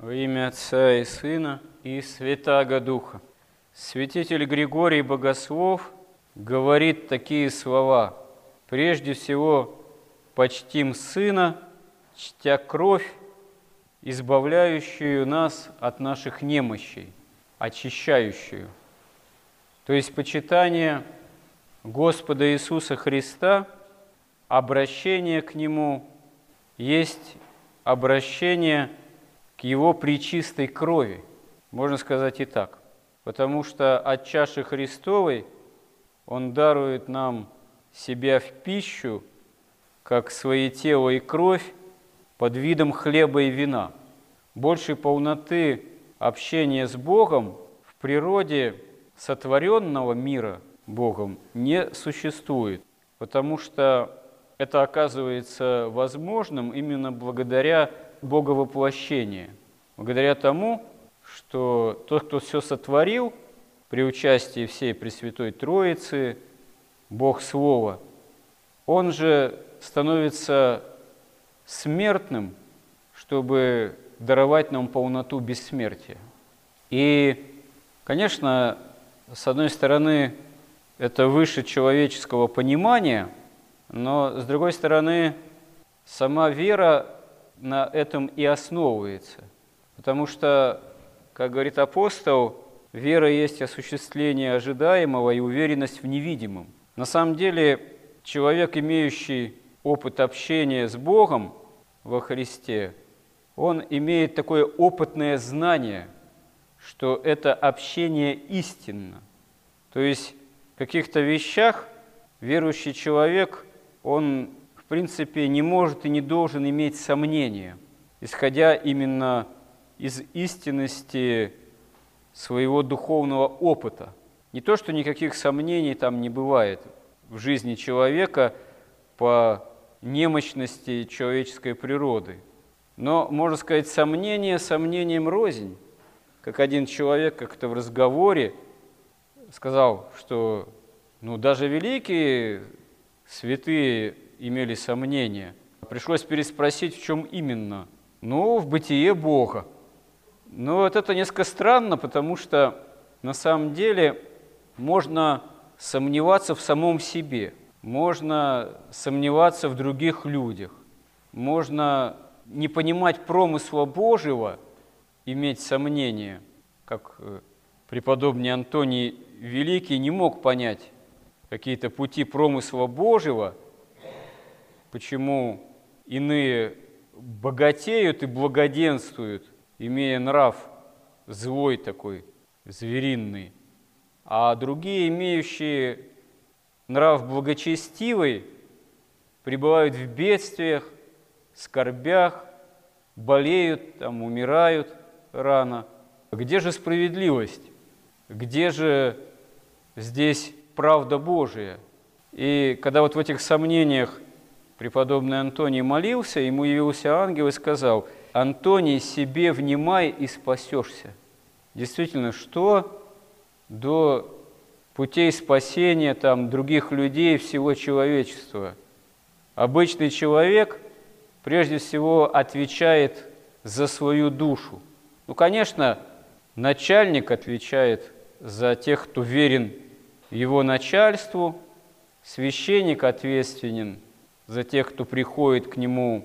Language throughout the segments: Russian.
Во имя Отца и Сына и Святаго Духа. Святитель Григорий Богослов говорит такие слова: «Прежде всего почтим Сына, чтя кровь, избавляющую нас от наших немощей, очищающую». То есть почитание Господа Иисуса Христа, обращение к Нему есть обращение к Его пречистой крови, можно сказать и так, потому что от чаши Христовой Он дарует нам себя в пищу, как свои тело и кровь, под видом хлеба и вина. Большей полноты общения с Богом в природе сотворенного мира Богом не существует, потому что это оказывается возможным именно благодаря Боговоплощению, благодаря тому, что тот, кто все сотворил при участии всей Пресвятой Троицы, Бог Слова, Он же становится смертным, чтобы даровать нам полноту бессмертия. И, конечно, с одной стороны, это выше человеческого понимания, но, с другой стороны, сама вера на этом и основывается. Потому что, как говорит апостол, вера есть осуществление ожидаемого и уверенность в невидимом. На самом деле, человек, имеющий опыт общения с Богом во Христе, он имеет такое опытное знание, что это общение истинно. То есть в каких-то вещах верующий человек, он в принципе не может и не должен иметь сомнения, исходя именно из истинности своего духовного опыта. Не то, что никаких сомнений там не бывает в жизни человека по немощности человеческой природы, но, можно сказать, сомнение сомнением рознь. Как один человек как-то в разговоре сказал, что даже великие святые имели сомнения. Пришлось переспросить, в чем именно. В бытие Бога. Но вот это несколько странно, потому что на самом деле можно сомневаться в самом себе, можно сомневаться в других людях, можно не понимать промысла Божьего, иметь сомнения, как преподобный Антоний Великий не мог понять какие-то пути промысла Божьего, почему иные богатеют и благоденствуют, имея нрав злой такой, звериный, а другие, имеющие нрав благочестивый, пребывают в бедствиях, скорбях, болеют, умирают рано. Где же справедливость? Где же здесь правда Божия? И когда вот в этих сомнениях преподобный Антоний молился, ему явился ангел и сказал: «Антоний, себе внимай и спасешься». Действительно, что до путей спасения других людей, всего человечества? Обычный человек прежде всего отвечает за свою душу. Конечно, начальник отвечает за тех, кто верен его начальству, священник ответственен за тех, кто приходит к нему,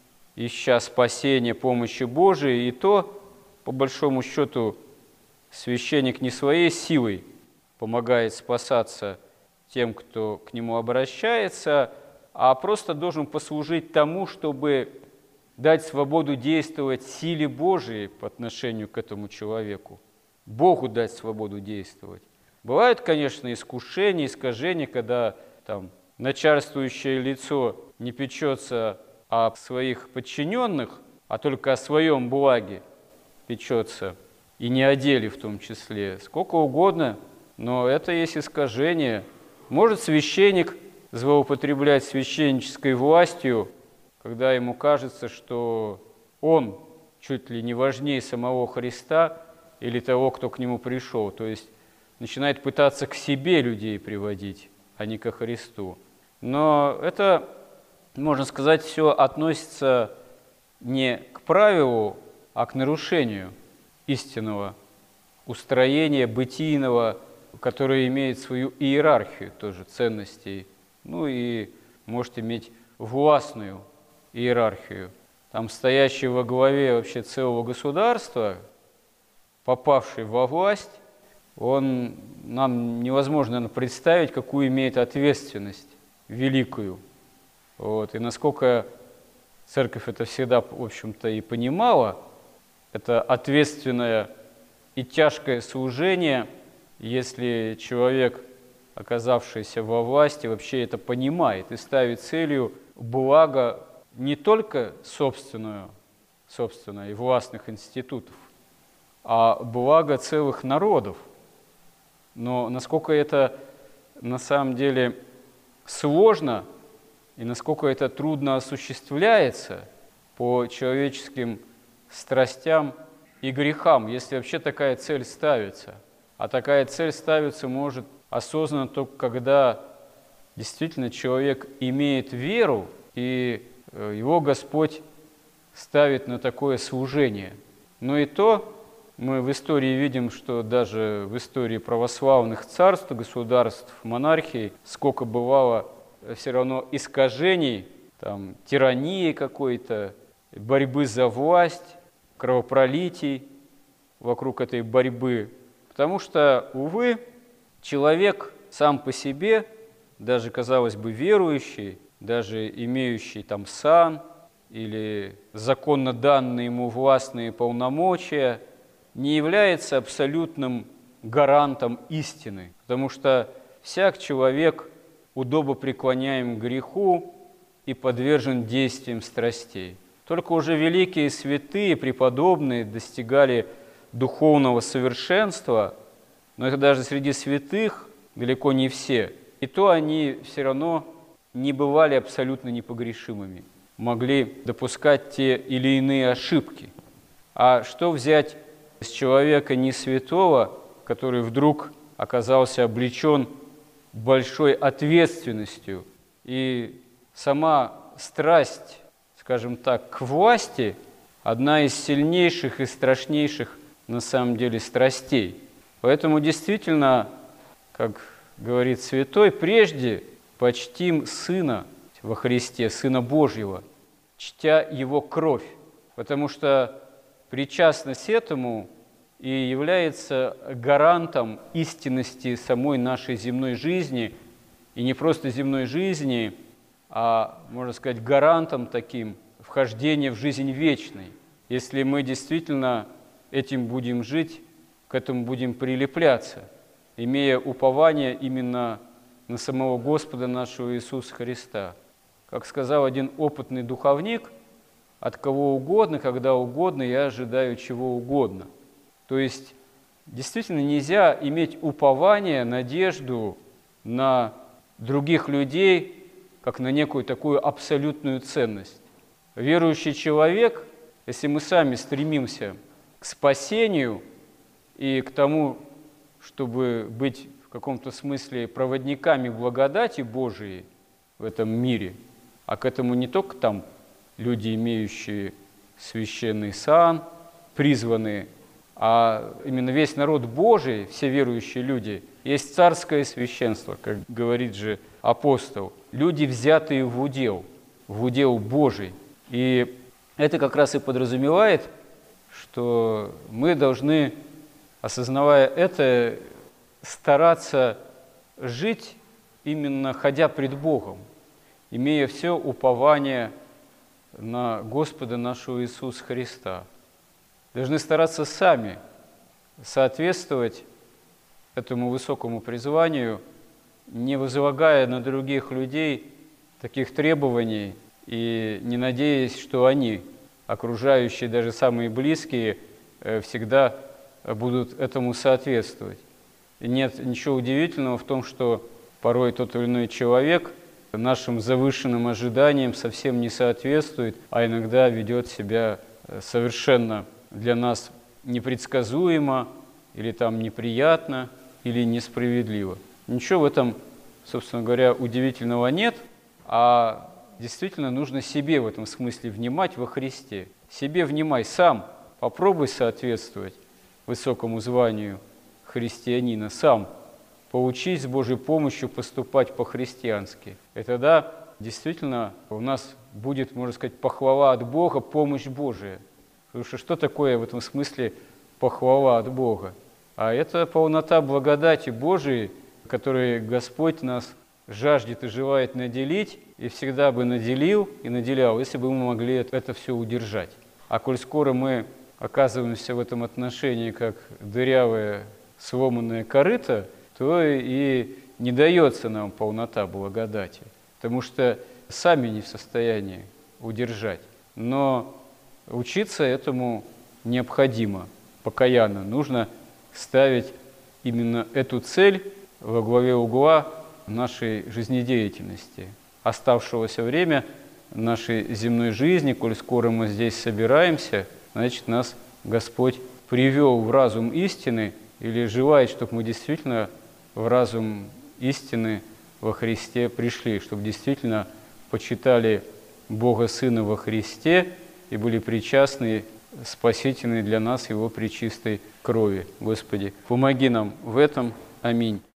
ища спасения, помощи Божией, и то, по большому счету, священник не своей силой помогает спасаться тем, кто к нему обращается, а просто должен послужить тому, чтобы дать свободу действовать силе Божией по отношению к этому человеку, Богу дать свободу действовать. Бывают, конечно, искушения, искажения, когда начальствующее лицо не печется о своих подчиненных, а только о своем благе печется, и не о деле в том числе, сколько угодно, но это есть искажение. Может священник злоупотреблять священнической властью, когда ему кажется, что он чуть ли не важнее самого Христа или того, кто к нему пришел, то есть начинает пытаться к себе людей приводить, а не ко Христу. Но это, можно сказать, все относится не к правилу, а к нарушению истинного устроения бытийного, которое имеет свою иерархию тоже ценностей, ну и может иметь властную иерархию. Там стоящий во главе вообще целого государства, попавший во власть, нам невозможно, наверное, представить, какую имеет ответственность великую. Вот. И насколько Церковь это всегда, в общем-то, и понимала, это ответственное и тяжкое служение, если человек, оказавшийся во власти, вообще это понимает и ставит целью благо не только собственное и властных институтов, а благо целых народов. Но насколько это на самом деле сложно и насколько это трудно осуществляется по человеческим страстям и грехам, если вообще такая цель ставится. А такая цель ставится может осознанно только когда действительно человек имеет веру, и его Господь ставит на такое служение. Но и то мы в истории видим, что даже в истории православных царств, государств, монархий, сколько бывало все равно искажений, там, тирании какой-то, борьбы за власть, кровопролитий вокруг этой борьбы. Потому что, увы, человек сам по себе, даже, казалось бы, верующий, даже имеющий там сан или законно данные ему властные полномочия, не является абсолютным гарантом истины, потому что всяк человек удобопреклоняем к греху и подвержен действиям страстей. Только уже великие святые, преподобные достигали духовного совершенства, но это даже среди святых далеко не все. И то они все равно не бывали абсолютно непогрешимыми, могли допускать те или иные ошибки. А что взять с человека не святого, который вдруг оказался облечен большой ответственностью, и сама страсть, скажем так, к власти – одна из сильнейших и страшнейших на самом деле страстей. Поэтому действительно, как говорит святой, прежде почтим Сына во Христе, Сына Божьего, чтя Его кровь, потому что причастность этому и является гарантом истинности самой нашей земной жизни, и не просто земной жизни, а, можно сказать, гарантом таким вхождения в жизнь вечной. Если мы действительно этим будем жить, к этому будем прилепляться, имея упование именно на самого Господа нашего Иисуса Христа. Как сказал один опытный духовник, от кого угодно, когда угодно, я ожидаю чего угодно. То есть действительно нельзя иметь упование, надежду на других людей, как на некую такую абсолютную ценность. Верующий человек, если мы сами стремимся к спасению и к тому, чтобы быть в каком-то смысле проводниками благодати Божией в этом мире, а к этому не только там люди, имеющие священный сан, призванные, а именно весь народ Божий, все верующие люди, есть царское священство, как говорит же апостол, люди, взятые в удел Божий. И это как раз и подразумевает, что мы должны, осознавая это, стараться жить именно ходя пред Богом, имея все упование на Господа нашего Иисуса Христа. Должны стараться сами соответствовать этому высокому призванию, не возлагая на других людей таких требований и не надеясь, что они, окружающие, даже самые близкие, всегда будут этому соответствовать. И нет ничего удивительного в том, что порой тот или иной человек нашим завышенным ожиданиям совсем не соответствует, а иногда ведет себя совершенно для нас непредсказуемо, или там неприятно, или несправедливо. Ничего в этом, собственно говоря, удивительного нет, а действительно нужно себе в этом смысле внимать во Христе. Себе внимай сам, попробуй соответствовать высокому званию христианина, сам поучись с Божьей помощью поступать по-христиански. И тогда действительно у нас будет, можно сказать, похвала от Бога, помощь Божия. Потому что такое в этом смысле похвала от Бога? А это полнота благодати Божией, которой Господь нас жаждет и желает наделить, и всегда бы наделил и наделял, если бы мы могли это все удержать. А коль скоро мы оказываемся в этом отношении как дырявое сломанное корыто, то и не дается нам полнота благодати, потому что сами не в состоянии удержать. Но учиться этому необходимо, покаянно. Нужно ставить именно эту цель во главе угла нашей жизнедеятельности, оставшегося время нашей земной жизни. Коль скоро мы здесь собираемся, значит, нас Господь привел в разум истины или желает, чтобы мы действительно в разум истины во Христе пришли, чтобы действительно почитали Бога Сына во Христе и были причастны спасительной для нас Его пречистой крови. Господи, помоги нам в этом. Аминь.